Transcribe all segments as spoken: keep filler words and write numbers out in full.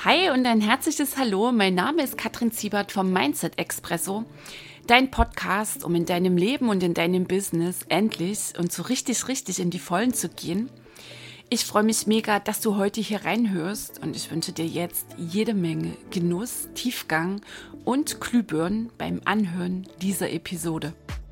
Hi und ein herzliches Hallo. Mein Name ist Katrin Ziebert vom Mindset Expresso. Dein Podcast, um in deinem Leben und in deinem Business endlich und so richtig, richtig in die Vollen zu gehen. Ich freue mich mega, dass du heute hier reinhörst und ich wünsche dir jetzt jede Menge Genuss, Tiefgang und Glühbirnen beim Anhören dieser Episode.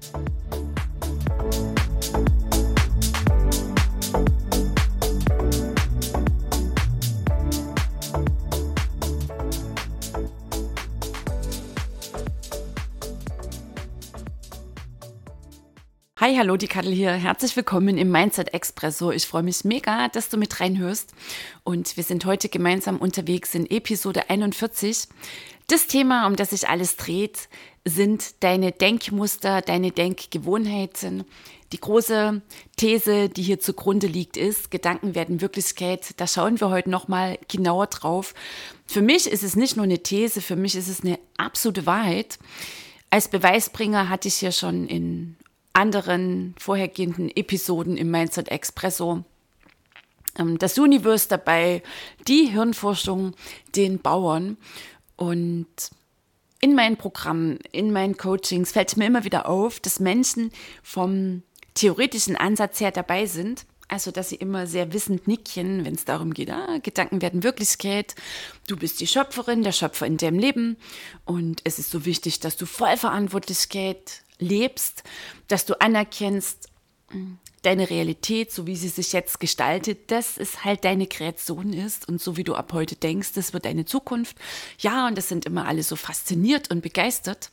Hi, hallo, die Kattel hier. Herzlich willkommen im Mindset Expresso. Ich freue mich mega, dass du mit reinhörst. Und wir sind heute gemeinsam unterwegs in Episode einundvierzig. Das Thema, um das sich alles dreht, sind deine Denkmuster, deine Denkgewohnheiten. Die große These, die hier zugrunde liegt, ist, Gedanken werden Wirklichkeit. Da schauen wir heute nochmal genauer drauf. Für mich ist es nicht nur eine These, für mich ist es eine absolute Wahrheit. Als Beweisbringer hatte ich hier schon in anderen vorhergehenden Episoden im Mindset Expresso das Universe dabei, die Hirnforschung, den Bauern. Und in meinen Programmen, in meinen Coachings fällt es mir immer wieder auf, dass Menschen vom theoretischen Ansatz her dabei sind, also dass sie immer sehr wissend nicken, wenn es darum geht, ah, Gedanken werden Wirklichkeit, du bist die Schöpferin, der Schöpfer in deinem Leben und es ist so wichtig, dass du Vollverantwortlichkeit lebst, dass du anerkennst, deine Realität, so wie sie sich jetzt gestaltet, dass es halt deine Kreation ist und so wie du ab heute denkst, das wird deine Zukunft. Ja, und das sind immer alle so fasziniert und begeistert.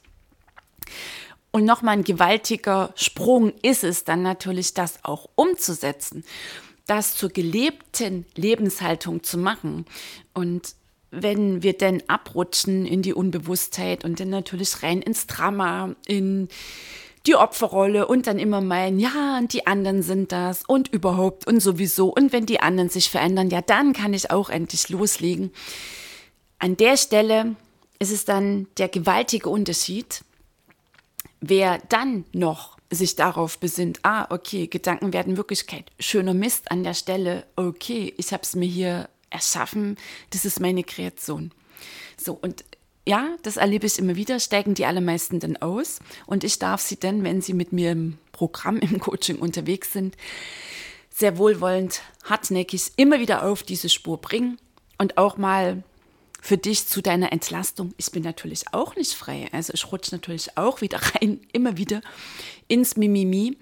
Und nochmal ein gewaltiger Sprung ist es dann natürlich, das auch umzusetzen, das zur gelebten Lebenshaltung zu machen. Und wenn wir dann abrutschen in die Unbewusstheit und dann natürlich rein ins Drama, in die Opferrolle und dann immer meinen, ja, und die anderen sind das und überhaupt und sowieso. Und wenn die anderen sich verändern, ja, dann kann ich auch endlich loslegen. An der Stelle ist es dann der gewaltige Unterschied, wer dann noch sich darauf besinnt, ah, okay, Gedanken werden Wirklichkeit. Schöner Mist an der Stelle, okay, ich habe es mir hier erschaffen, das ist meine Kreation. So, und ja, das erlebe ich immer wieder, steigen die allermeisten dann aus und ich darf sie dann, wenn sie mit mir im Programm, im Coaching unterwegs sind, sehr wohlwollend, hartnäckig immer wieder auf diese Spur bringen und auch mal für dich zu deiner Entlastung. Ich bin natürlich auch nicht frei, also ich rutsche natürlich auch wieder rein, immer wieder ins Mimimi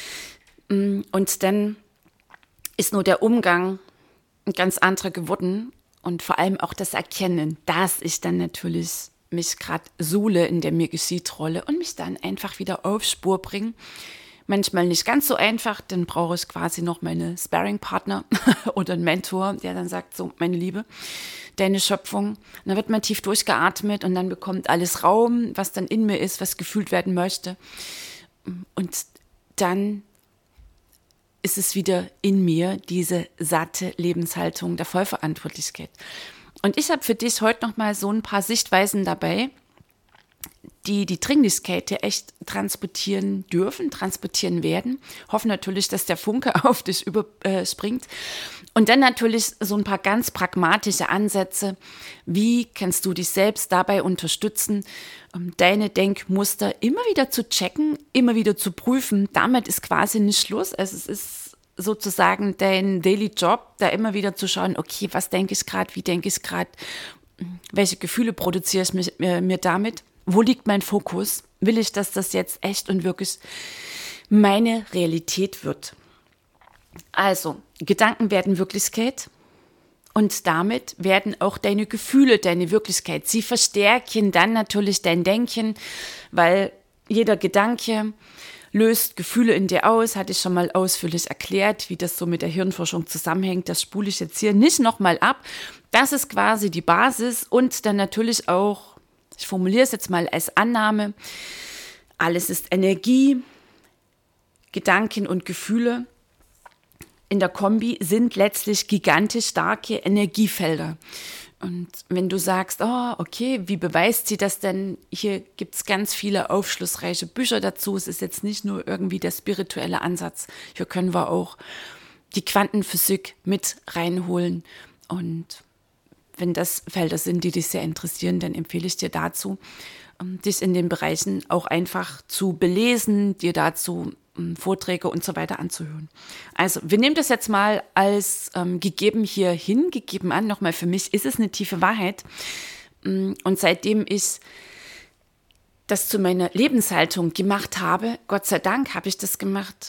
und dann ist nur der Umgang ein ganz anderer geworden und vor allem auch das Erkennen, dass ich dann natürlich mich gerade suhle in der mir geschieht Rolle und mich dann einfach wieder auf Spur bringe. Manchmal nicht ganz so einfach, dann brauche ich quasi noch meine Sparring-Partner oder einen Mentor, der dann sagt, so, meine Liebe, deine Schöpfung. Und dann wird man tief durchgeatmet und dann bekommt alles Raum, was dann in mir ist, was gefühlt werden möchte. Und dann ist es wieder in mir, diese satte Lebenshaltung der Vollverantwortlichkeit. Und ich habe für dich heute nochmal so ein paar Sichtweisen dabei, die die Dringlichkeit hier echt transportieren dürfen, transportieren werden. Hoffen natürlich, dass der Funke auf dich überspringt. Und dann natürlich so ein paar ganz pragmatische Ansätze. Wie kannst du dich selbst dabei unterstützen, deine Denkmuster immer wieder zu checken, immer wieder zu prüfen? Damit ist quasi nicht Schluss. Also es ist sozusagen dein Daily Job, da immer wieder zu schauen, okay, was denke ich gerade, wie denke ich gerade, welche Gefühle produziere ich mir, mir, mir damit? Wo liegt mein Fokus? Will ich, dass das jetzt echt und wirklich meine Realität wird? Also, Gedanken werden Wirklichkeit und damit werden auch deine Gefühle deine Wirklichkeit. Sie verstärken dann natürlich dein Denken, weil jeder Gedanke löst Gefühle in dir aus, hatte ich schon mal ausführlich erklärt, wie das so mit der Hirnforschung zusammenhängt. Das spule ich jetzt hier nicht nochmal ab. Das ist quasi die Basis und dann natürlich auch, ich formuliere es jetzt mal als Annahme, alles ist Energie, Gedanken und Gefühle in der Kombi sind letztlich gigantisch starke Energiefelder. Und wenn du sagst, oh, okay, wie beweist sie das denn? Hier gibt es ganz viele aufschlussreiche Bücher dazu. Es ist jetzt nicht nur irgendwie der spirituelle Ansatz. Hier können wir auch die Quantenphysik mit reinholen. Und wenn das Felder sind, die dich sehr interessieren, dann empfehle ich dir dazu, dich in den Bereichen auch einfach zu belesen, dir dazu Vorträge und so weiter anzuhören. Also wir nehmen das jetzt mal als ähm, gegeben hier hin, gegeben an. Nochmal, für mich ist es eine tiefe Wahrheit. Und seitdem ich das zu meiner Lebenshaltung gemacht habe, Gott sei Dank habe ich das gemacht,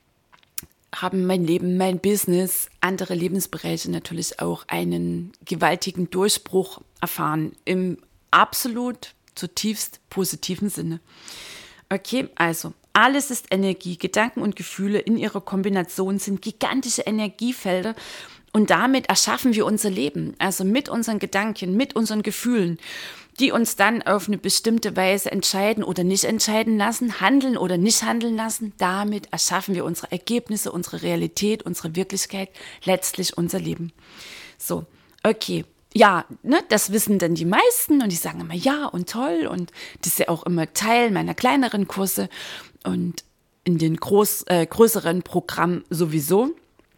haben mein Leben, mein Business, andere Lebensbereiche natürlich auch einen gewaltigen Durchbruch erfahren, im absolut zutiefst positiven Sinne. Okay, also alles ist Energie. Gedanken und Gefühle in ihrer Kombination sind gigantische Energiefelder und damit erschaffen wir unser Leben. Also mit unseren Gedanken, mit unseren Gefühlen, die uns dann auf eine bestimmte Weise entscheiden oder nicht entscheiden lassen, handeln oder nicht handeln lassen. Damit erschaffen wir unsere Ergebnisse, unsere Realität, unsere Wirklichkeit, letztlich unser Leben. So, okay. Ja, ne, das wissen dann die meisten und die sagen immer ja und toll und das ist ja auch immer Teil meiner kleineren Kurse und in den groß, äh, größeren Programmen sowieso.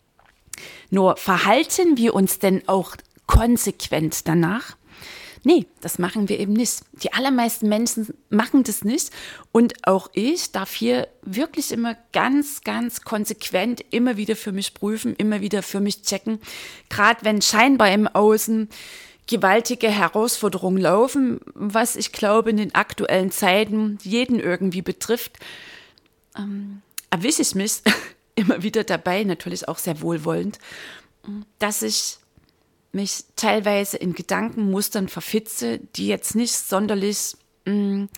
Nur verhalten wir uns denn auch konsequent danach? Nee, das machen wir eben nicht. Die allermeisten Menschen machen das nicht und auch ich darf hier wirklich immer ganz, ganz konsequent immer wieder für mich prüfen, immer wieder für mich checken. Gerade wenn scheinbar im Außen gewaltige Herausforderungen laufen, was ich glaube in den aktuellen Zeiten jeden irgendwie betrifft, ähm, erwische ich mich immer wieder dabei, natürlich auch sehr wohlwollend, dass ich mich teilweise in Gedankenmustern verfitze, die jetzt nicht sonderlich mh,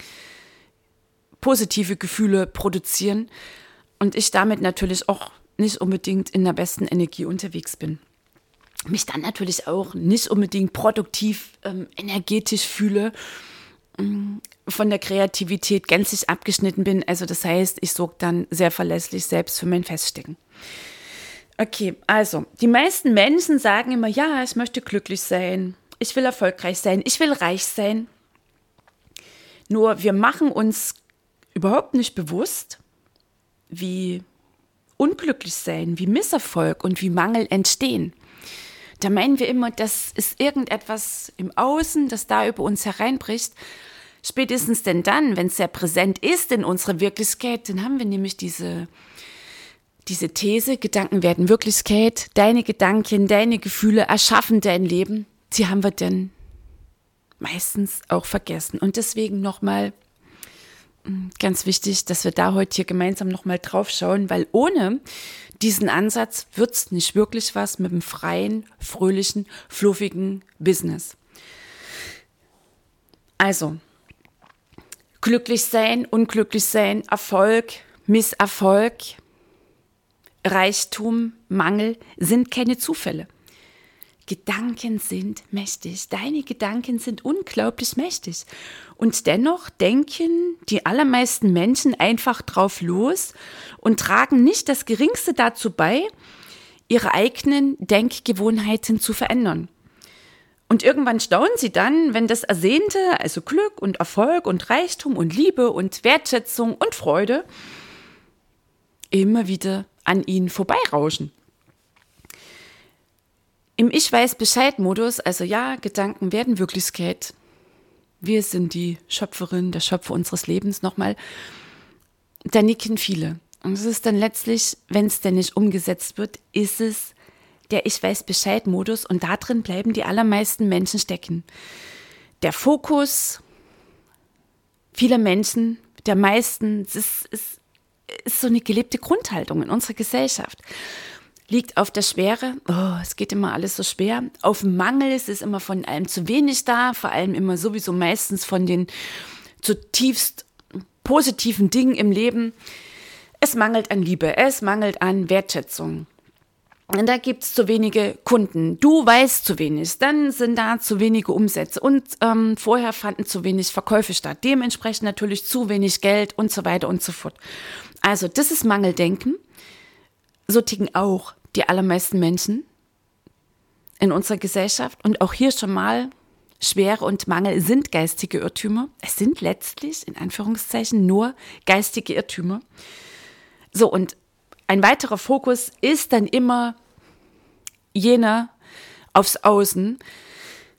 positive Gefühle produzieren und ich damit natürlich auch nicht unbedingt in der besten Energie unterwegs bin. Mich dann natürlich auch nicht unbedingt produktiv, ähm, energetisch fühle, mh, von der Kreativität gänzlich abgeschnitten bin. Also das heißt, ich sorge dann sehr verlässlich selbst für mein Feststecken. Okay, also die meisten Menschen sagen immer, ja, ich möchte glücklich sein, ich will erfolgreich sein, ich will reich sein. Nur wir machen uns überhaupt nicht bewusst, wie unglücklich sein, wie Misserfolg und wie Mangel entstehen. Da meinen wir immer, das ist irgendetwas im Außen, das da über uns hereinbricht. Spätestens denn dann, wenn es sehr präsent ist in unserer Wirklichkeit, dann haben wir nämlich diese Diese These, Gedanken werden Wirklichkeit, deine Gedanken, deine Gefühle erschaffen dein Leben, die haben wir dann meistens auch vergessen. Und deswegen nochmal ganz wichtig, dass wir da heute hier gemeinsam nochmal drauf schauen, weil ohne diesen Ansatz wird es nicht wirklich was mit einem freien, fröhlichen, fluffigen Business. Also, glücklich sein, unglücklich sein, Erfolg, Misserfolg, Reichtum, Mangel sind keine Zufälle. Gedanken sind mächtig. Deine Gedanken sind unglaublich mächtig. Und dennoch denken die allermeisten Menschen einfach drauf los und tragen nicht das Geringste dazu bei, ihre eigenen Denkgewohnheiten zu verändern. Und irgendwann staunen sie dann, wenn das Ersehnte, also Glück und Erfolg und Reichtum und Liebe und Wertschätzung und Freude, immer wieder an ihnen vorbeirauschen. Im Ich-weiß-Bescheid-Modus, also ja, Gedanken werden Wirklichkeit. Wir sind die Schöpferin, der Schöpfer unseres Lebens, nochmal. Da nicken viele. Und es ist dann letztlich, wenn es denn nicht umgesetzt wird, ist es der Ich-weiß-Bescheid-Modus und da drin bleiben die allermeisten Menschen stecken. Der Fokus vieler Menschen, der meisten, es ist, ist, ist so eine gelebte Grundhaltung in unserer Gesellschaft. Liegt auf der Schwere, oh, es geht immer alles so schwer. Auf dem Mangel, es ist immer von allem zu wenig da, vor allem immer sowieso meistens von den zutiefst positiven Dingen im Leben. Es mangelt an Liebe, es mangelt an Wertschätzung. Und da gibt es zu wenige Kunden. Du weißt zu wenig, dann sind da zu wenige Umsätze und ähm, vorher fanden zu wenig Verkäufe statt. Dementsprechend natürlich zu wenig Geld und so weiter und so fort. Also das ist Mangeldenken. So ticken auch die allermeisten Menschen in unserer Gesellschaft. Und auch hier schon mal, Schwere und Mangel sind geistige Irrtümer. Es sind letztlich, in Anführungszeichen, nur geistige Irrtümer. So, und ein weiterer Fokus ist dann immer jener aufs Außen.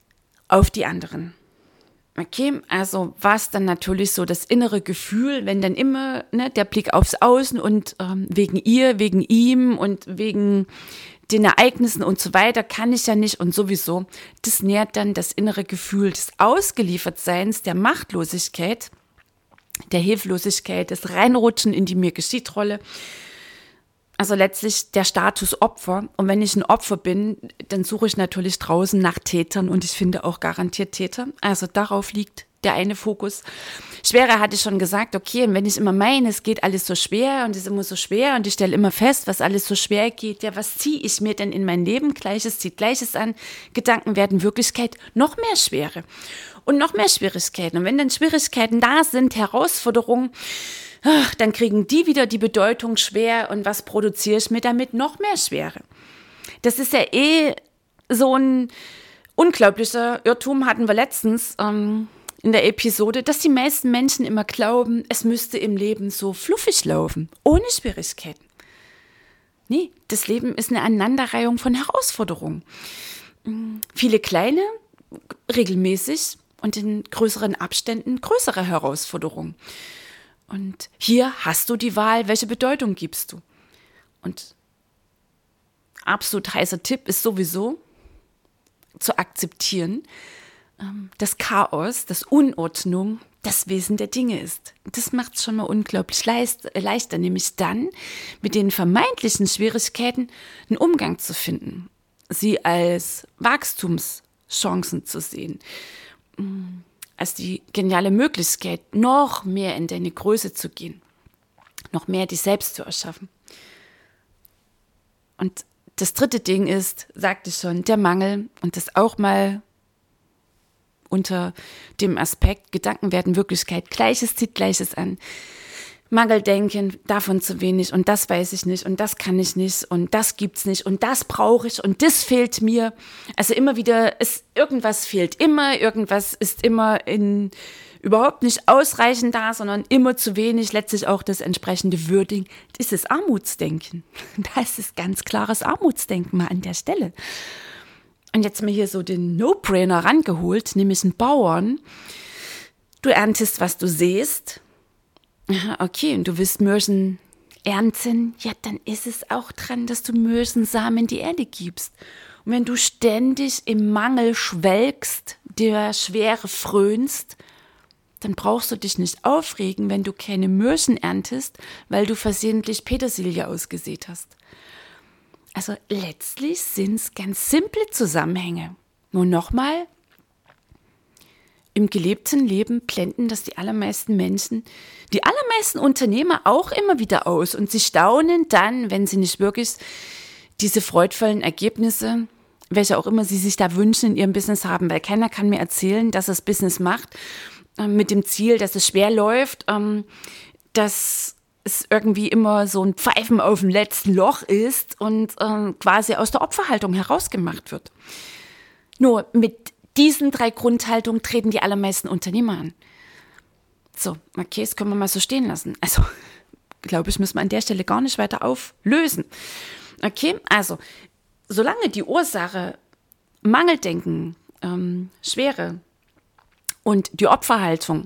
auf die anderen. Okay, also war es dann natürlich so das innere Gefühl, wenn dann immer ne, der Blick aufs Außen und ähm, wegen ihr, wegen ihm und wegen den Ereignissen und so weiter kann ich ja nicht und sowieso, das nährt dann das innere Gefühl des Ausgeliefertseins, der Machtlosigkeit, der Hilflosigkeit, das Reinrutschen in die Mir-geschieht-Rolle. Also letztlich der Status Opfer. Und wenn ich ein Opfer bin, dann suche ich natürlich draußen nach Tätern und ich finde auch garantiert Täter. Also darauf liegt der eine Fokus. Schwerer hatte ich schon gesagt, okay, und wenn ich immer meine, es geht alles so schwer und es ist immer so schwer und ich stelle immer fest, was alles so schwer geht, ja, was ziehe ich mir denn in mein Leben? Gleiches zieht Gleiches an. Gedanken werden Wirklichkeit, noch mehr Schwere und noch mehr Schwierigkeiten. Und wenn dann Schwierigkeiten da sind, Herausforderungen, ach, dann kriegen die wieder die Bedeutung schwer und was produziere ich mir damit? Noch mehr Schwere. Das ist ja eh so ein unglaublicher Irrtum, hatten wir letztens ähm, in der Episode, dass die meisten Menschen immer glauben, es müsste im Leben so fluffig laufen, ohne Schwierigkeiten. Nee, das Leben ist eine Aneinanderreihung von Herausforderungen. Viele kleine, regelmäßig und in größeren Abständen größere Herausforderungen. Und hier hast du die Wahl, welche Bedeutung gibst du. Und absolut heißer Tipp ist sowieso zu akzeptieren, dass Chaos, dass Unordnung das Wesen der Dinge ist. Das macht es schon mal unglaublich leicht, leichter, nämlich dann mit den vermeintlichen Schwierigkeiten einen Umgang zu finden, sie als Wachstumschancen zu sehen, als die geniale Möglichkeit, noch mehr in deine Größe zu gehen, noch mehr dich selbst zu erschaffen. Und das dritte Ding ist, sagte ich schon, der Mangel und das auch mal unter dem Aspekt, Gedanken werden Wirklichkeit, Gleiches zieht Gleiches an. Mangeldenken, davon zu wenig und das weiß ich nicht und das kann ich nicht und das gibt's nicht und das brauche ich und das fehlt mir. Also immer wieder, es, irgendwas fehlt immer, irgendwas ist immer in überhaupt nicht ausreichend da, sondern immer zu wenig, letztlich auch das entsprechende Würdigen. Das ist Armutsdenken. Das ist ganz klares Armutsdenken mal an der Stelle. Und jetzt mir hier so den No-Brainer rangeholt, nämlich einen Bauern. Du erntest, was du sähst. Okay, und du willst Mürsen ernten, ja, dann ist es auch dran, dass du Mürsensamen in die Erde gibst. Und wenn du ständig im Mangel schwelgst, der Schwere frönst, dann brauchst du dich nicht aufregen, wenn du keine Mürsen erntest, weil du versehentlich Petersilie ausgesät hast. Also letztlich sind es ganz simple Zusammenhänge. Nur nochmal, im gelebten Leben blenden das die allermeisten Menschen, die allermeisten Unternehmer auch immer wieder aus. Und sie staunen dann, wenn sie nicht wirklich diese freudvollen Ergebnisse, welche auch immer sie sich da wünschen, in ihrem Business haben. Weil keiner kann mir erzählen, dass es Business macht äh, mit dem Ziel, dass es schwer läuft, ähm, dass es irgendwie immer so ein Pfeifen auf dem letzten Loch ist und äh, quasi aus der Opferhaltung herausgemacht wird. Nur mit diesen drei Grundhaltungen treten die allermeisten Unternehmer an. So, okay, das können wir mal so stehen lassen. Also, glaube ich, müssen wir an der Stelle gar nicht weiter auflösen. Okay, also, solange die Ursache Mangeldenken, ähm, Schwere und die Opferhaltung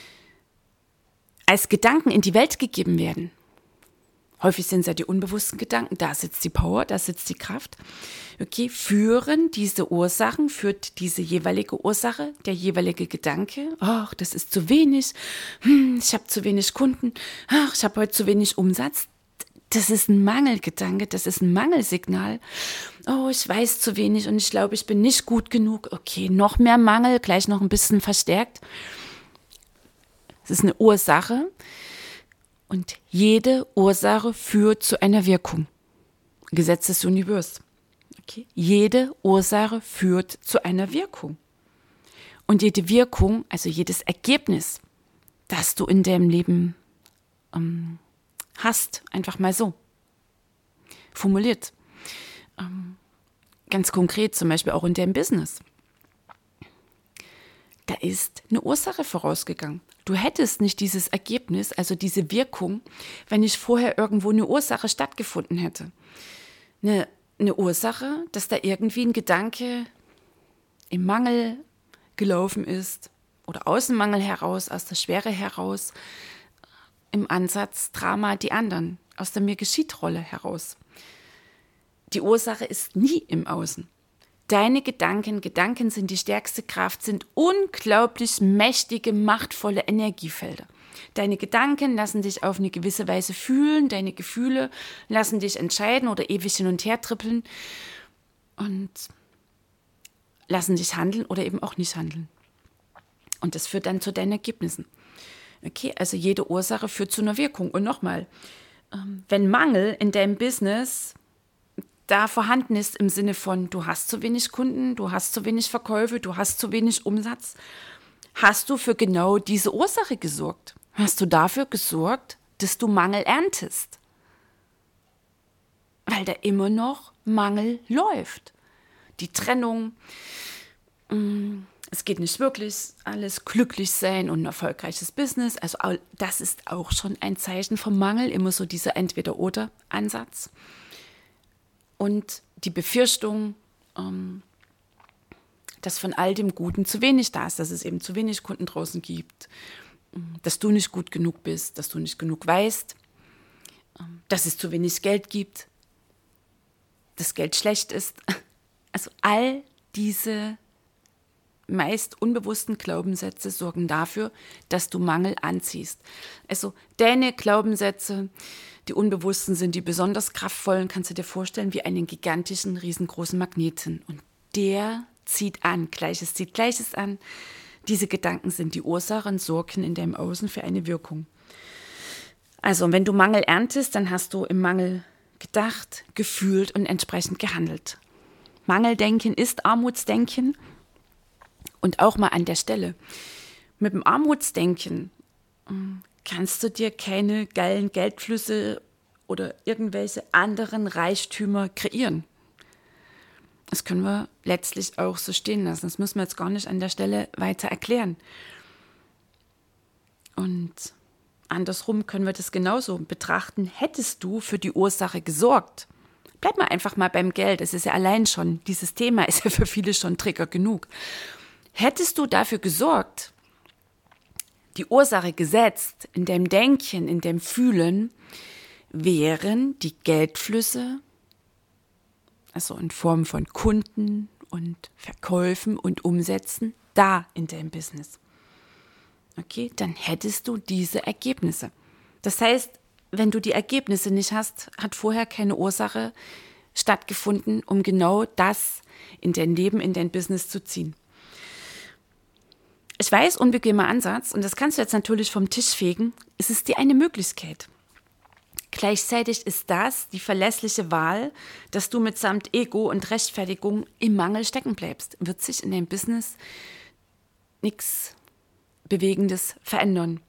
als Gedanken in die Welt gegeben werden, häufig sind es ja die unbewussten Gedanken, da sitzt die Power, da sitzt die Kraft, okay, führen diese Ursachen, führt diese jeweilige Ursache, der jeweilige Gedanke, ach, das ist zu wenig, hm, ich habe zu wenig Kunden, ach, ich habe heute zu wenig Umsatz. Das ist ein Mangelgedanke, das ist ein Mangelsignal. Oh, ich weiß zu wenig und ich glaube, ich bin nicht gut genug. Okay, noch mehr Mangel, gleich noch ein bisschen verstärkt. Es ist eine Ursache und jede Ursache führt zu einer Wirkung. Gesetz des Universums. Okay. Jede Ursache führt zu einer Wirkung. Und jede Wirkung, also jedes Ergebnis, das du in deinem Leben ähm, hast, einfach mal so formuliert. Ähm, ganz konkret, zum Beispiel auch in deinem Business. Da ist eine Ursache vorausgegangen. Du hättest nicht dieses Ergebnis, also diese Wirkung, wenn nicht vorher irgendwo eine Ursache stattgefunden hätte. Eine, eine Ursache, dass da irgendwie ein Gedanke im Mangel gelaufen ist oder aus dem Mangel heraus, aus der Schwere heraus, im Ansatz Drama die anderen, aus der Mir-geschieht-Rolle heraus. Die Ursache ist nie im Außen. Deine Gedanken, Gedanken sind die stärkste Kraft, sind unglaublich mächtige, machtvolle Energiefelder. Deine Gedanken lassen dich auf eine gewisse Weise fühlen, deine Gefühle lassen dich entscheiden oder ewig hin und her trippeln und lassen dich handeln oder eben auch nicht handeln. Und das führt dann zu deinen Ergebnissen. Okay, also jede Ursache führt zu einer Wirkung. Und nochmal, wenn Mangel in deinem Business da vorhanden ist im Sinne von, du hast zu wenig Kunden, du hast zu wenig Verkäufe, du hast zu wenig Umsatz, hast du für genau diese Ursache gesorgt? Hast du dafür gesorgt, dass du Mangel erntest? Weil da immer noch Mangel läuft. Die Trennung, es geht nicht wirklich alles, glücklich sein und ein erfolgreiches Business. Also das ist auch schon ein Zeichen vom Mangel, immer so dieser Entweder-oder-Ansatz. Und die Befürchtung, ähm, dass von all dem Guten zu wenig da ist, dass es eben zu wenig Kunden draußen gibt, dass du nicht gut genug bist, dass du nicht genug weißt, ähm, dass es zu wenig Geld gibt, dass Geld schlecht ist. Also all diese meist unbewussten Glaubenssätze sorgen dafür, dass du Mangel anziehst. Also deine Glaubenssätze, die unbewussten sind, die besonders kraftvollen, kannst du dir vorstellen, wie einen gigantischen, riesengroßen Magneten. Und der zieht an, Gleiches zieht Gleiches an. Diese Gedanken sind die Ursache und sorgen in deinem Außen für eine Wirkung. Also wenn du Mangel erntest, dann hast du im Mangel gedacht, gefühlt und entsprechend gehandelt. Mangeldenken ist Armutsdenken. Und auch mal an der Stelle, mit dem Armutsdenken kannst du dir keine geilen Geldflüsse oder irgendwelche anderen Reichtümer kreieren. Das können wir letztlich auch so stehen lassen. Das müssen wir jetzt gar nicht an der Stelle weiter erklären. Und andersrum können wir das genauso betrachten. Hättest du für die Ursache gesorgt, bleib mal einfach mal beim Geld. Es ist ja allein schon, dieses Thema ist ja für viele schon Trigger genug. Hättest du dafür gesorgt, die Ursache gesetzt, in deinem Denken, in deinem Fühlen, wären die Geldflüsse, also in Form von Kunden und Verkäufen und Umsätzen, da in deinem Business. Okay, dann hättest du diese Ergebnisse. Das heißt, wenn du die Ergebnisse nicht hast, hat vorher keine Ursache stattgefunden, um genau das in dein Leben, in dein Business zu ziehen. Ich weiß, unbequemer Ansatz, und das kannst du jetzt natürlich vom Tisch fegen, es ist dir eine Möglichkeit. Gleichzeitig ist das die verlässliche Wahl, dass du mitsamt Ego und Rechtfertigung im Mangel stecken bleibst. Wird sich in deinem Business nichts Bewegendes verändern.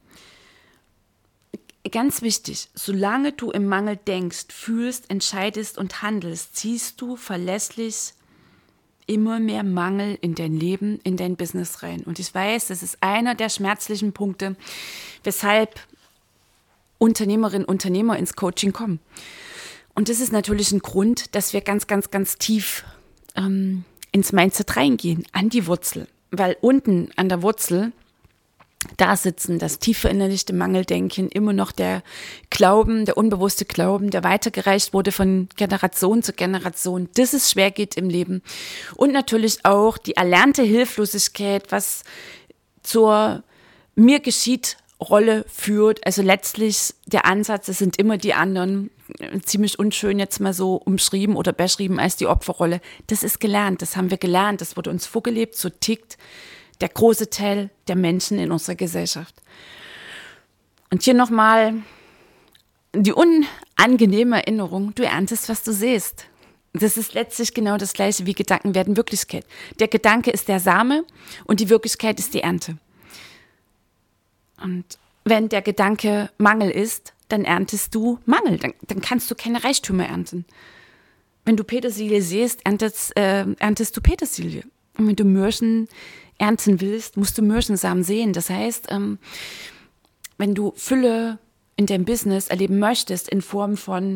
Ganz wichtig, solange du im Mangel denkst, fühlst, entscheidest und handelst, ziehst du verlässlich immer mehr Mangel in dein Leben, in dein Business rein. Und ich weiß, das ist einer der schmerzlichen Punkte, weshalb Unternehmerinnen und Unternehmer ins Coaching kommen. Und das ist natürlich ein Grund, dass wir ganz, ganz, ganz tief ähm, ins Mindset reingehen, an die Wurzel. Weil unten an der Wurzel, da sitzen das tief verinnerlichte Mangeldenken, immer noch der Glauben, der unbewusste Glauben, der weitergereicht wurde von Generation zu Generation, dass es schwer geht im Leben. Und natürlich auch die erlernte Hilflosigkeit, was zur Mir geschieht Rolle führt. Also letztlich der Ansatz, es sind immer die anderen, ziemlich unschön jetzt mal so umschrieben oder beschrieben als die Opferrolle. Das ist gelernt, das haben wir gelernt, das wurde uns vorgelebt, so tickt der große Teil der Menschen in unserer Gesellschaft. Und hier nochmal die unangenehme Erinnerung, du erntest, was du siehst. Das ist letztlich genau das Gleiche wie Gedanken werden Wirklichkeit. Der Gedanke ist der Same und die Wirklichkeit ist die Ernte. Und wenn der Gedanke Mangel ist, dann erntest du Mangel, dann, dann kannst du keine Reichtümer ernten. Wenn du Petersilie siehst, erntest, äh, erntest du Petersilie. Und wenn du Mürchen ernten willst, musst du Mürchensamen sehen. Das heißt, ähm, wenn du Fülle in deinem Business erleben möchtest in Form von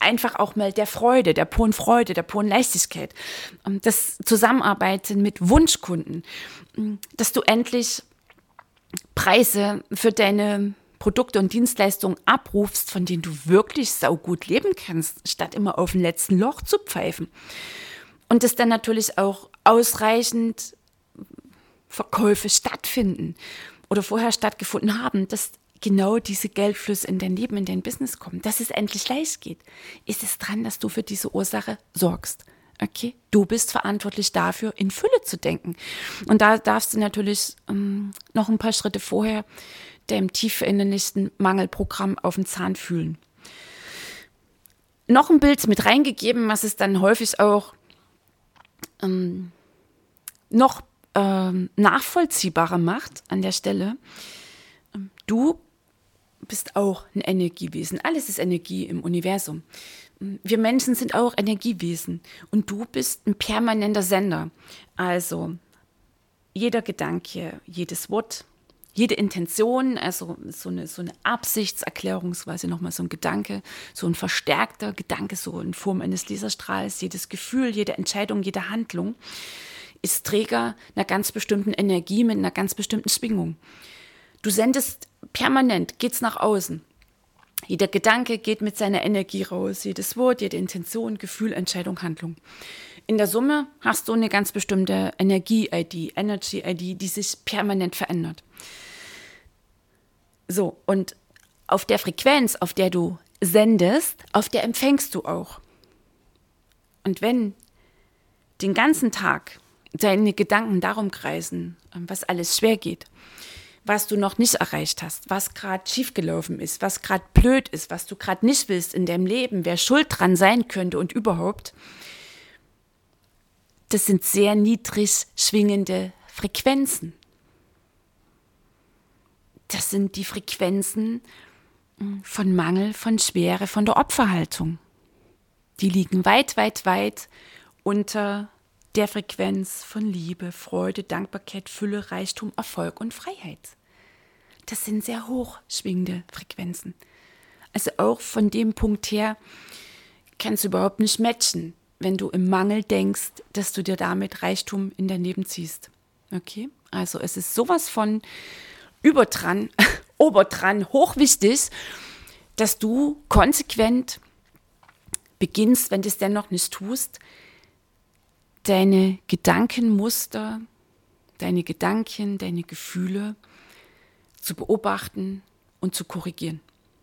einfach auch mal der Freude, der puren Freude, der puren Leichtigkeit, das Zusammenarbeiten mit Wunschkunden, dass du endlich Preise für deine Produkte und Dienstleistungen abrufst, von denen du wirklich saugut leben kannst, statt immer auf dem letzten Loch zu pfeifen. Und dass dann natürlich auch ausreichend Verkäufe stattfinden oder vorher stattgefunden haben, dass genau diese Geldflüsse in dein Leben, in dein Business kommen, dass es endlich leicht geht. Ist es dran, dass du für diese Ursache sorgst? Okay, du bist verantwortlich dafür, in Fülle zu denken. Und da darfst du natürlich ähm, noch ein paar Schritte vorher dem tief verinnerlichten Mangelprogramm auf den Zahn fühlen. Noch ein Bild mit reingegeben, was es dann häufig auch ähm, noch ähm, nachvollziehbarer macht an der Stelle. Ähm, du bist auch ein Energiewesen. Alles ist Energie im Universum. Wir Menschen sind auch Energiewesen und du bist ein permanenter Sender. Also jeder Gedanke, jedes Wort, jede Intention, also so eine, so eine Absichtserklärung, quasi nochmal so ein Gedanke, so ein verstärkter Gedanke, so in Form eines Laserstrahls, jedes Gefühl, jede Entscheidung, jede Handlung ist Träger einer ganz bestimmten Energie mit einer ganz bestimmten Schwingung. Du sendest permanent, geht's nach außen. Jeder Gedanke geht mit seiner Energie raus, jedes Wort, jede Intention, Gefühl, Entscheidung, Handlung. In der Summe hast du eine ganz bestimmte Energie-I D, Energy-I D, die sich permanent verändert. So, und auf der Frequenz, auf der du sendest, auf der empfängst du auch. Und wenn den ganzen Tag deine Gedanken darum kreisen, was alles schwer geht, was du noch nicht erreicht hast, was gerade schiefgelaufen ist, was gerade blöd ist, was du gerade nicht willst in deinem Leben, wer schuld dran sein könnte und überhaupt, das sind sehr niedrig schwingende Frequenzen. Das sind die Frequenzen von Mangel, von Schwere, von der Opferhaltung. Die liegen weit, weit, weit unter der Frequenz von Liebe, Freude, Dankbarkeit, Fülle, Reichtum, Erfolg und Freiheit. Das sind sehr hoch schwingende Frequenzen. Also auch von dem Punkt her kannst du überhaupt nicht matchen, wenn du im Mangel denkst, dass du dir damit Reichtum in dein Leben ziehst. Okay? Also es ist sowas von überdran, oberdran, hochwichtig, dass du konsequent beginnst, wenn du es dennoch nicht tust, deine Gedankenmuster, deine Gedanken, deine Gefühle zu beobachten und zu korrigieren.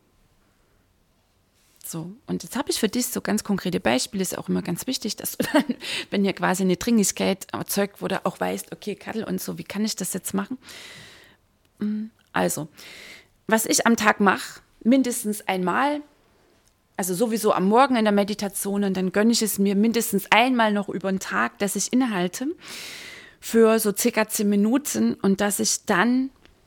So, und jetzt habe ich für dich so ganz konkrete Beispiele, ist auch immer ganz wichtig, dass du dann, wenn hier quasi eine Dringlichkeit erzeugt wurde, auch weißt, okay, Kattel und so, wie kann ich das jetzt machen? Also, was ich am Tag mache, mindestens einmal, also sowieso am Morgen in der Meditation, und dann gönne ich es mir mindestens einmal noch über den Tag, dass ich innehalte für so circa zehn Minuten und dass ich dann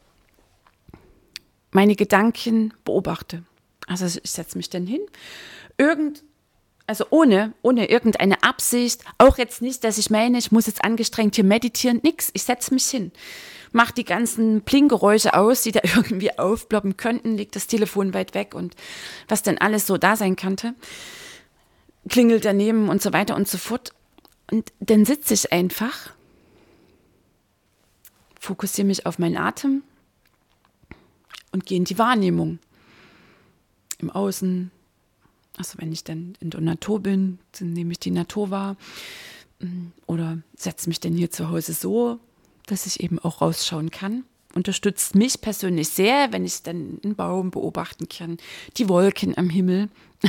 meine Gedanken beobachte. Also ich setze mich dann hin, irgend, also ohne, ohne irgendeine Absicht, auch jetzt nicht, dass ich meine, ich muss jetzt angestrengt hier meditieren, nix, ich setze mich hin. Mach die ganzen Plinggeräusche aus, die da irgendwie aufploppen könnten, legt das Telefon weit weg und was denn alles so da sein könnte, klingelt daneben und so weiter und so fort. Und dann sitze ich einfach, fokussiere mich auf meinen Atem und gehe in die Wahrnehmung. Im Außen, also wenn ich dann in der Natur bin, dann nehme ich die Natur wahr oder setze mich dann hier zu Hause so, dass ich eben auch rausschauen kann. Unterstützt mich persönlich sehr, wenn ich dann einen Baum beobachten kann, die Wolken am Himmel.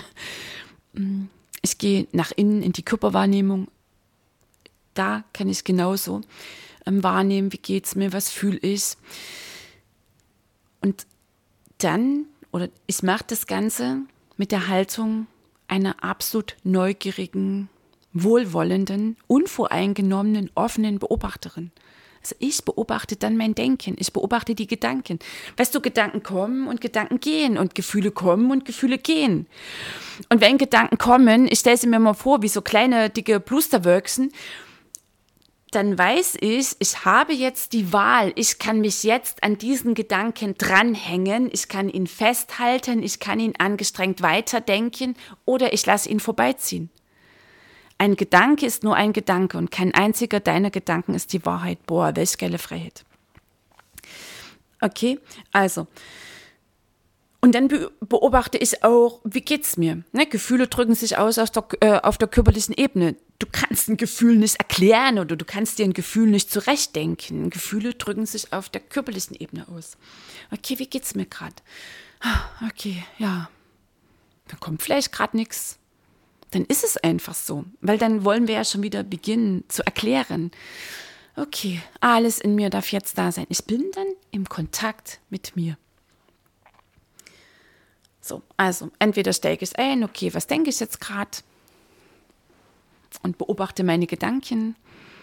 Ich gehe nach innen in die Körperwahrnehmung. Da kann ich genauso wahrnehmen, wie geht es mir, was fühle ich. Und dann, oder ich mache das Ganze mit der Haltung einer absolut neugierigen, wohlwollenden, unvoreingenommenen, offenen Beobachterin. Also ich beobachte dann mein Denken, ich beobachte die Gedanken. Weißt du, Gedanken kommen und Gedanken gehen und Gefühle kommen und Gefühle gehen. Und wenn Gedanken kommen, ich stelle sie mir mal vor, wie so kleine, dicke Blusterwölkchen, dann weiß ich, ich habe jetzt die Wahl. Ich kann mich jetzt an diesen Gedanken dranhängen, ich kann ihn festhalten, ich kann ihn angestrengt weiterdenken oder ich lasse ihn vorbeiziehen. Ein Gedanke ist nur ein Gedanke und kein einziger deiner Gedanken ist die Wahrheit. Boah, welch geile Freiheit. Okay, also. Und dann beobachte ich auch, wie geht's mir? Ne, Gefühle drücken sich aus auf der, äh, auf der körperlichen Ebene. Du kannst ein Gefühl nicht erklären oder du kannst dir ein Gefühl nicht zurechtdenken. Gefühle drücken sich auf der körperlichen Ebene aus. Okay, wie geht's mir gerade? Okay, ja. Da kommt vielleicht gerade nichts. Dann ist es einfach so, weil dann wollen wir ja schon wieder beginnen zu erklären. Okay, alles in mir darf jetzt da sein. Ich bin dann im Kontakt mit mir. So, also entweder steige ich ein, okay, was denke ich jetzt gerade? Und beobachte meine Gedanken.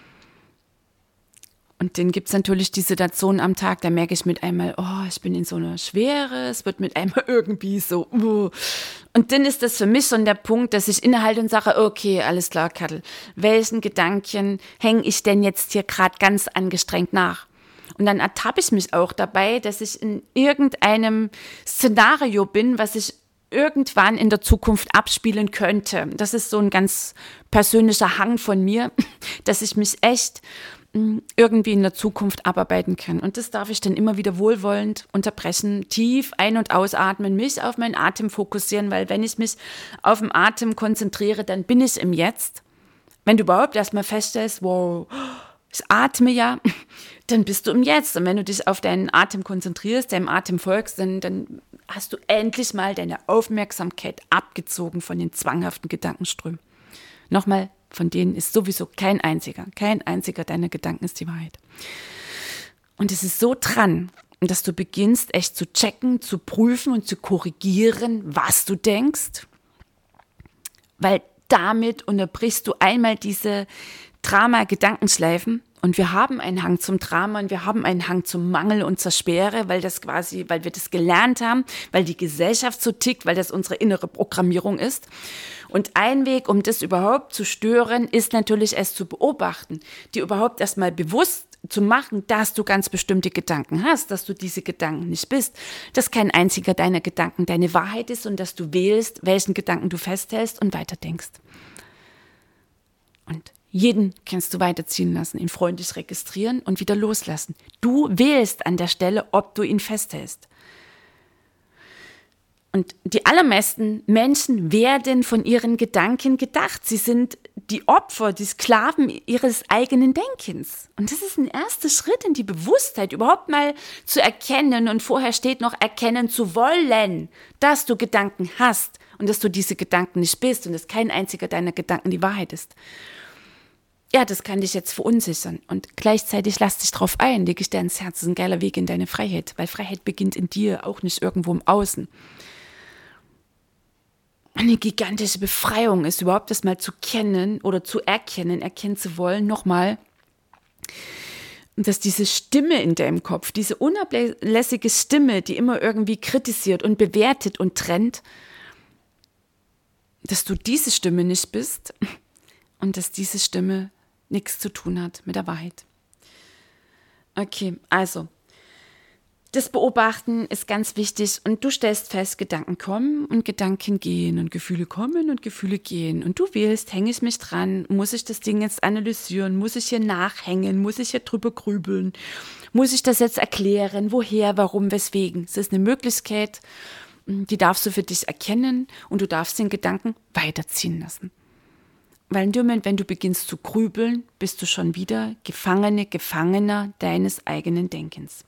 Und dann gibt es natürlich die Situation am Tag, da merke ich mit einmal, oh, ich bin in so einer Schwere, es wird mit einmal irgendwie so. Uh. Und dann ist das für mich schon der Punkt, dass ich innehalte und sage, okay, alles klar, Kattel, welchen Gedanken hänge ich denn jetzt hier gerade ganz angestrengt nach? Und dann ertappe ich mich auch dabei, dass ich in irgendeinem Szenario bin, was ich irgendwann in der Zukunft abspielen könnte. Das ist so ein ganz persönlicher Hang von mir, dass ich mich echt irgendwie in der Zukunft abarbeiten kann. Und das darf ich dann immer wieder wohlwollend unterbrechen, tief ein- und ausatmen, mich auf meinen Atem fokussieren, weil wenn ich mich auf den Atem konzentriere, dann bin ich im Jetzt. Wenn du überhaupt erstmal feststellst, wow, ich atme ja, dann bist du im Jetzt. Und wenn du dich auf deinen Atem konzentrierst, deinem Atem folgst, dann, dann hast du endlich mal deine Aufmerksamkeit abgezogen von den zwanghaften Gedankenströmen. Nochmal, von denen ist sowieso kein einziger, kein einziger deiner Gedanken ist die Wahrheit. Und es ist so dran, dass du beginnst, echt zu checken, zu prüfen und zu korrigieren, was du denkst, weil damit unterbrichst du einmal diese Drama-Gedankenschleifen. Und wir haben einen Hang zum Drama und wir haben einen Hang zum Mangel und zur Schwere, weil das quasi, weil wir das gelernt haben, weil die Gesellschaft so tickt, weil das unsere innere Programmierung ist. Und ein Weg, um das überhaupt zu stören, ist natürlich es zu beobachten, dir überhaupt erstmal bewusst zu machen, dass du ganz bestimmte Gedanken hast, dass du diese Gedanken nicht bist, dass kein einziger deiner Gedanken deine Wahrheit ist und dass du wählst, welchen Gedanken du festhältst und weiterdenkst. Und jeden kannst du weiterziehen lassen, ihn freundlich registrieren und wieder loslassen. Du wählst an der Stelle, ob du ihn festhältst. Und die allermeisten Menschen werden von ihren Gedanken gedacht. Sie sind die Opfer, die Sklaven ihres eigenen Denkens. Und das ist ein erster Schritt in die Bewusstheit, überhaupt mal zu erkennen. Und vorher steht noch erkennen zu wollen, dass du Gedanken hast und dass du diese Gedanken nicht bist und dass kein einziger deiner Gedanken die Wahrheit ist. Ja, das kann dich jetzt verunsichern und gleichzeitig lass dich drauf ein, leg ich dir ans Herz, das ist ein geiler Weg in deine Freiheit, weil Freiheit beginnt in dir, auch nicht irgendwo im Außen. Eine gigantische Befreiung ist überhaupt das mal zu kennen oder zu erkennen, erkennen zu wollen, nochmal, dass diese Stimme in deinem Kopf, diese unablässige Stimme, die immer irgendwie kritisiert und bewertet und trennt, dass du diese Stimme nicht bist und dass diese Stimme nichts zu tun hat mit der Wahrheit. Okay, also, das Beobachten ist ganz wichtig und du stellst fest, Gedanken kommen und Gedanken gehen und Gefühle kommen und Gefühle gehen und du wählst, hänge ich mich dran, muss ich das Ding jetzt analysieren, muss ich hier nachhängen, muss ich hier drüber grübeln, muss ich das jetzt erklären, woher, warum, weswegen. Es ist eine Möglichkeit, die darfst du für dich erkennen und du darfst den Gedanken weiterziehen lassen. Weil in dem Moment, wenn du beginnst zu grübeln, bist du schon wieder Gefangene, Gefangener deines eigenen Denkens.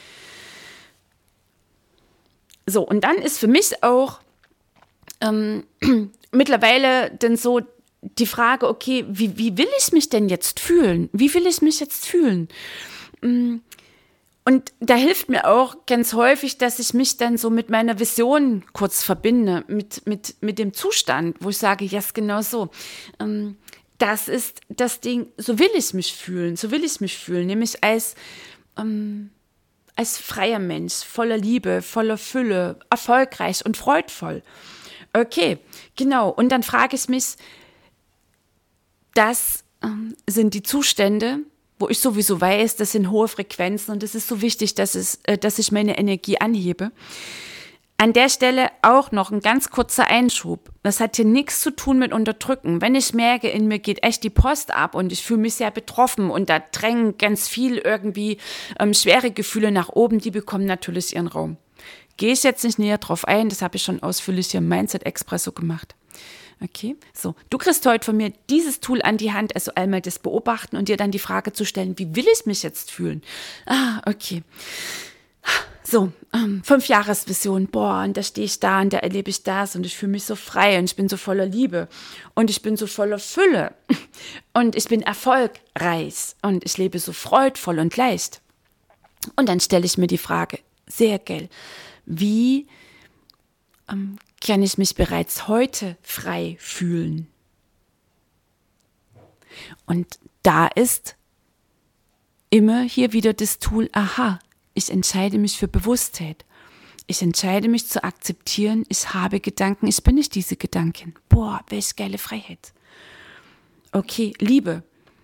So, und dann ist für mich auch ähm, mittlerweile dann so die Frage, okay, wie, wie will ich mich denn jetzt fühlen? Wie will ich mich jetzt fühlen? Und da hilft mir auch ganz häufig, dass ich mich dann so mit meiner Vision kurz verbinde, mit, mit, mit dem Zustand, wo ich sage, ja, yes, genau so. Ähm, das ist das Ding, so will ich mich fühlen, so will ich mich fühlen, nämlich als, ähm, als freier Mensch, voller Liebe, voller Fülle, erfolgreich und freudvoll. Okay, genau. Und dann frage ich mich, das ähm, sind die Zustände, wo ich sowieso weiß, das sind hohe Frequenzen und es ist so wichtig, dass, es, äh, dass ich meine Energie anhebe. An der Stelle auch noch ein ganz kurzer Einschub. Das hat hier nichts zu tun mit Unterdrücken. Wenn ich merke, in mir geht echt die Post ab und ich fühle mich sehr betroffen und da drängen ganz viel irgendwie ähm, schwere Gefühle nach oben, die bekommen natürlich ihren Raum. Gehe ich jetzt nicht näher drauf ein, das habe ich schon ausführlich hier im Mindset Expresso gemacht. Okay, so. Du kriegst heute von mir dieses Tool an die Hand, also einmal das Beobachten und dir dann die Frage zu stellen, wie will ich mich jetzt fühlen? Ah, okay. So, ähm, Fünf-Jahres-Vision, boah, und da stehe ich da und da erlebe ich das und ich fühle mich so frei und ich bin so voller Liebe und ich bin so voller Fülle und ich bin erfolgreich und ich lebe so freudvoll und leicht. Und dann stelle ich mir die Frage, sehr geil, wie ähm, kann ich mich bereits heute frei fühlen? Und da ist immer hier wieder das Tool, aha, ich entscheide mich für Bewusstheit. Ich entscheide mich zu akzeptieren, ich habe Gedanken, ich bin nicht diese Gedanken. Boah, welche geile Freiheit. Okay, Liebe.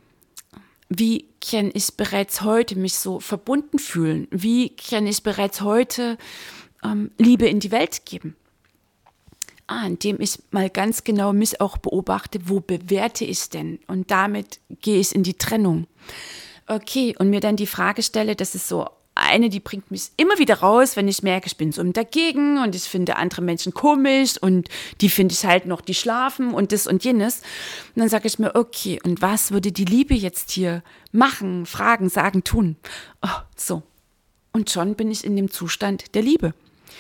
Wie kann ich bereits heute mich so verbunden fühlen? Wie kann ich bereits heute ähm, Liebe in die Welt geben? Ah, indem ich mal ganz genau mich auch beobachte, wo bewerte ich denn? Und damit gehe ich in die Trennung. Okay, und mir dann die Frage stelle, das ist so eine, die bringt mich immer wieder raus, wenn ich merke, ich bin so dagegen und ich finde andere Menschen komisch und die finde ich halt noch, die schlafen und das und jenes. Und dann sage ich mir, okay, und was würde die Liebe jetzt hier machen, fragen, sagen, tun? Oh, so. Und schon bin ich in dem Zustand der Liebe.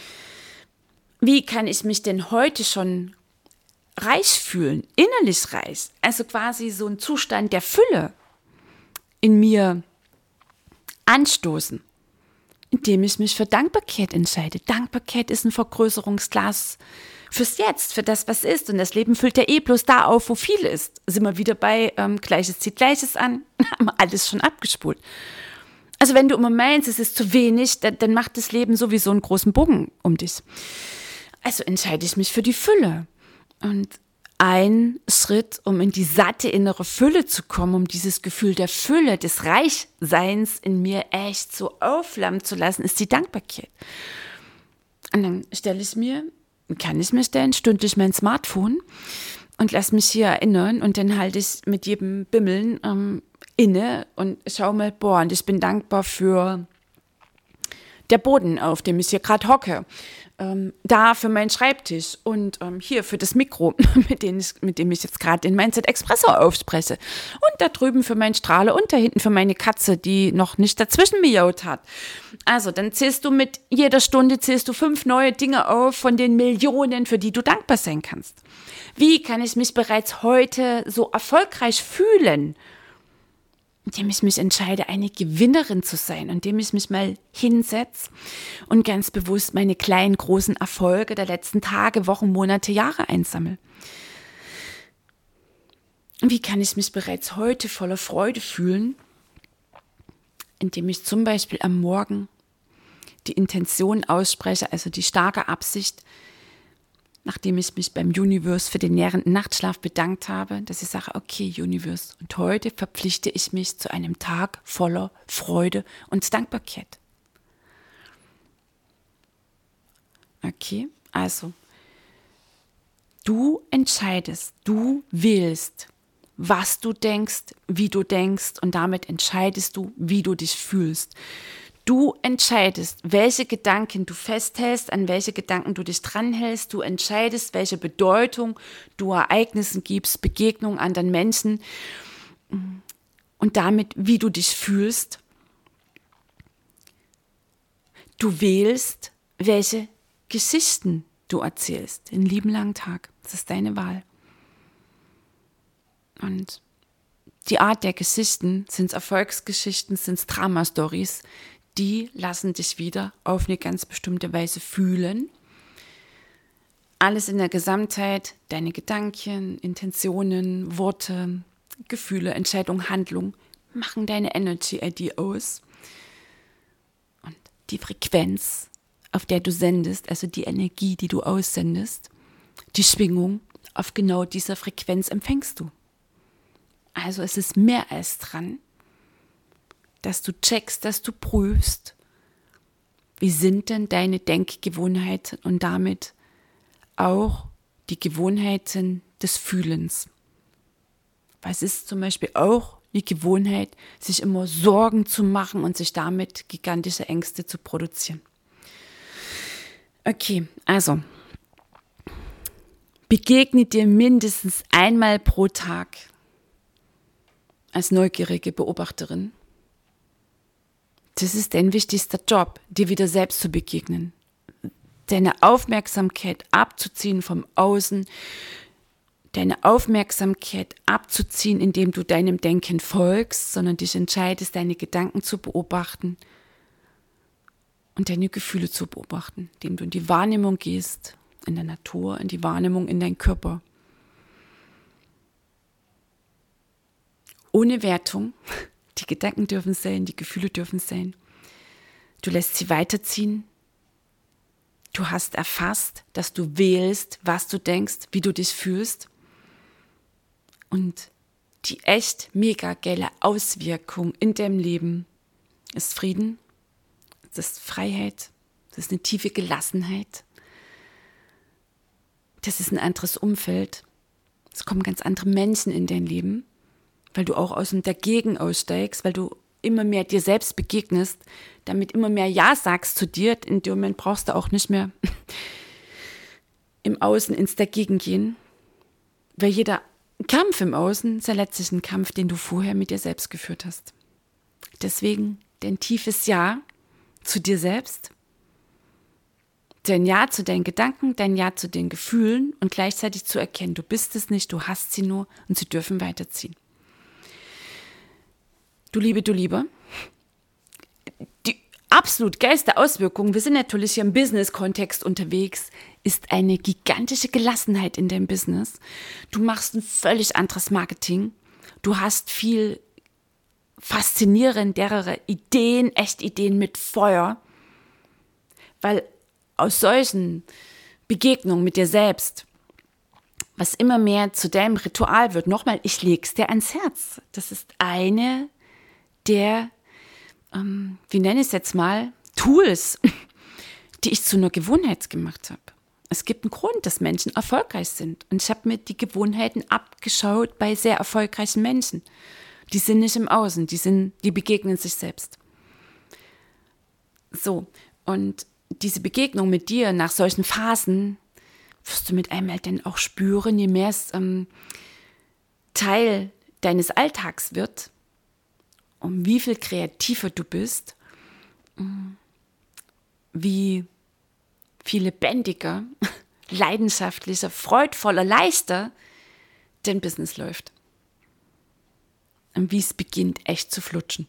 Wie kann ich mich denn heute schon reich fühlen, innerlich reich? Also quasi so ein Zustand der Fülle in mir anstoßen, indem ich mich für Dankbarkeit entscheide. Dankbarkeit ist ein Vergrößerungsglas fürs Jetzt, für das, was ist. Und das Leben füllt ja eh bloß da auf, wo viel ist. Sind wir wieder bei ähm, Gleiches zieht Gleiches an, haben wir alles schon abgespult. Also wenn du immer meinst, es ist zu wenig, dann, dann macht das Leben sowieso einen großen Bogen um dich. Also entscheide ich mich für die Fülle. Und ein Schritt, um in die satte innere Fülle zu kommen, um dieses Gefühl der Fülle, des Reichseins in mir echt so aufflammen zu lassen, ist die Dankbarkeit. Und dann stelle ich mir, kann ich mir stellen, stündlich mein Smartphone und lasse mich hier erinnern und dann halte ich mit jedem Bimmeln ähm, inne und schaue mal, boah, und ich bin dankbar für der Boden, auf dem ich hier gerade hocke. Ähm, da für meinen Schreibtisch und ähm, hier für das Mikro, mit dem ich, mit dem ich jetzt gerade den Mindset Expresso aufspreche. Und da drüben für meinen Strahler und da hinten für meine Katze, die noch nicht dazwischen miaut hat. Also dann zählst du mit jeder Stunde zählst du fünf neue Dinge auf von den Millionen, für die du dankbar sein kannst. Wie kann ich mich bereits heute so erfolgreich fühlen? Indem ich mich entscheide, eine Gewinnerin zu sein, indem ich mich mal hinsetze und ganz bewusst meine kleinen, großen Erfolge der letzten Tage, Wochen, Monate, Jahre einsammle. Wie kann ich mich bereits heute voller Freude fühlen, indem ich zum Beispiel am Morgen die Intention ausspreche, also die starke Absicht, nachdem ich mich beim Universe für den nährenden Nachtschlaf bedankt habe, dass ich sage, okay, Universe, und heute verpflichte ich mich zu einem Tag voller Freude und Dankbarkeit. Okay, also, du entscheidest, du wählst, was du denkst, wie du denkst und damit entscheidest du, wie du dich fühlst. Du entscheidest, welche Gedanken du festhältst, an welche Gedanken du dich dranhältst. Du entscheidest, welche Bedeutung du Ereignissen gibst, Begegnungen anderen Menschen und damit, wie du dich fühlst. Du wählst, welche Geschichten du erzählst, den lieben langen Tag. Das ist deine Wahl. Und die Art der Geschichten, sind es Erfolgsgeschichten, sind es Drama-Stories, die lassen dich wieder auf eine ganz bestimmte Weise fühlen. Alles in der Gesamtheit, deine Gedanken, Intentionen, Worte, Gefühle, Entscheidung, Handlung, machen deine Energy I D aus. Und die Frequenz, auf der du sendest, also die Energie, die du aussendest, die Schwingung, auf genau dieser Frequenz empfängst du. Also es ist mehr als dran, dass du checkst, dass du prüfst, wie sind denn deine Denkgewohnheiten und damit auch die Gewohnheiten des Fühlens. Was ist zum Beispiel auch die Gewohnheit, sich immer Sorgen zu machen und sich damit gigantische Ängste zu produzieren. Okay, also begegne dir mindestens einmal pro Tag als neugierige Beobachterin. Das ist dein wichtigster Job, dir wieder selbst zu begegnen. Deine Aufmerksamkeit abzuziehen vom Außen, deine Aufmerksamkeit abzuziehen, indem du deinem Denken folgst, sondern dich entscheidest, deine Gedanken zu beobachten und deine Gefühle zu beobachten, indem du in die Wahrnehmung gehst, in der Natur, in die Wahrnehmung in deinen Körper. Ohne Wertung. Die Gedanken dürfen sein, die Gefühle dürfen sein. Du lässt sie weiterziehen. Du hast erfasst, dass du wählst, was du denkst, wie du dich fühlst. Und die echt mega geile Auswirkung in deinem Leben ist Frieden, es ist Freiheit, es ist eine tiefe Gelassenheit. Das ist ein anderes Umfeld. Es kommen ganz andere Menschen in dein Leben, weil du auch aus dem Dagegen aussteigst, weil du immer mehr dir selbst begegnest, damit immer mehr Ja sagst zu dir. In dem Moment brauchst du auch nicht mehr im Außen ins Dagegen gehen, weil jeder Kampf im Außen ist ja letztlich ein Kampf, den du vorher mit dir selbst geführt hast. Deswegen dein tiefes Ja zu dir selbst, dein Ja zu deinen Gedanken, dein Ja zu den Gefühlen und gleichzeitig zu erkennen, du bist es nicht, du hast sie nur und sie dürfen weiterziehen. Du Liebe, du Liebe, die absolut geilste Auswirkung, wir sind natürlich hier im Business-Kontext unterwegs, ist eine gigantische Gelassenheit in deinem Business. Du machst ein völlig anderes Marketing. Du hast viel faszinierendere Ideen, echt Ideen mit Feuer, weil aus solchen Begegnungen mit dir selbst, was immer mehr zu deinem Ritual wird, nochmal, ich leg's dir ans Herz. Das ist eine der, ähm, wie nenne ich es jetzt mal, Tools, die ich zu einer Gewohnheit gemacht habe. Es gibt einen Grund, dass Menschen erfolgreich sind. Und ich habe mir die Gewohnheiten abgeschaut bei sehr erfolgreichen Menschen. Die sind nicht im Außen, die sind, die begegnen sich selbst. So, und diese Begegnung mit dir nach solchen Phasen wirst du mit einmal dann auch spüren, je mehr es ähm, Teil deines Alltags wird, um wie viel kreativer du bist, wie viel lebendiger, leidenschaftlicher, freudvoller, leichter dein Business läuft. Und wie es beginnt, echt zu flutschen.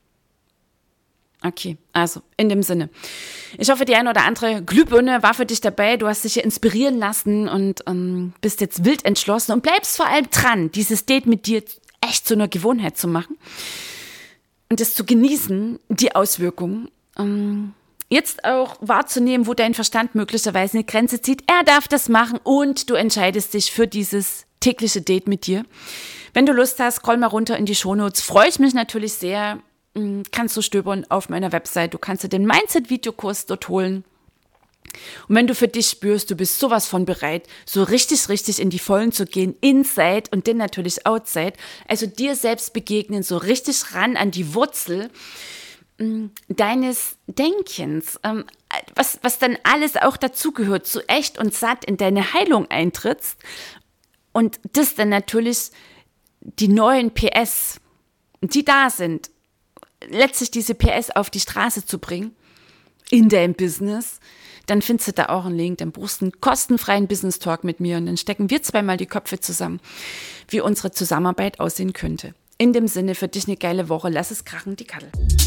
Okay, also in dem Sinne. Ich hoffe, die eine oder andere Glühbirne war für dich dabei. Du hast dich hier inspirieren lassen und ähm, bist jetzt wild entschlossen und bleibst vor allem dran, dieses Date mit dir echt zu einer Gewohnheit zu machen und es zu genießen, die Auswirkungen. Ähm, jetzt auch wahrzunehmen, wo dein Verstand möglicherweise eine Grenze zieht. Er darf das machen und du entscheidest dich für dieses tägliche Date mit dir. Wenn du Lust hast, scroll mal runter in die Shownotes. Freue ich mich natürlich sehr. Kannst du stöbern auf meiner Website. Du kannst dir den Mindset-Videokurs dort holen. Und wenn du für dich spürst, du bist sowas von bereit, so richtig, richtig in die Vollen zu gehen, inside und dann natürlich outside, also dir selbst begegnen, so richtig ran an die Wurzel deines Denkens, was, was dann alles auch dazugehört, so echt und satt in deine Heilung eintrittst und das dann natürlich die neuen P S, die da sind, letztlich diese P S auf die Straße zu bringen, in deinem Business, dann findest du da auch einen Link, dann buchst du einen kostenfreien Business Talk mit mir und dann stecken wir zweimal die Köpfe zusammen, wie unsere Zusammenarbeit aussehen könnte. In dem Sinne, für dich eine geile Woche, lass es krachen, die Kattel.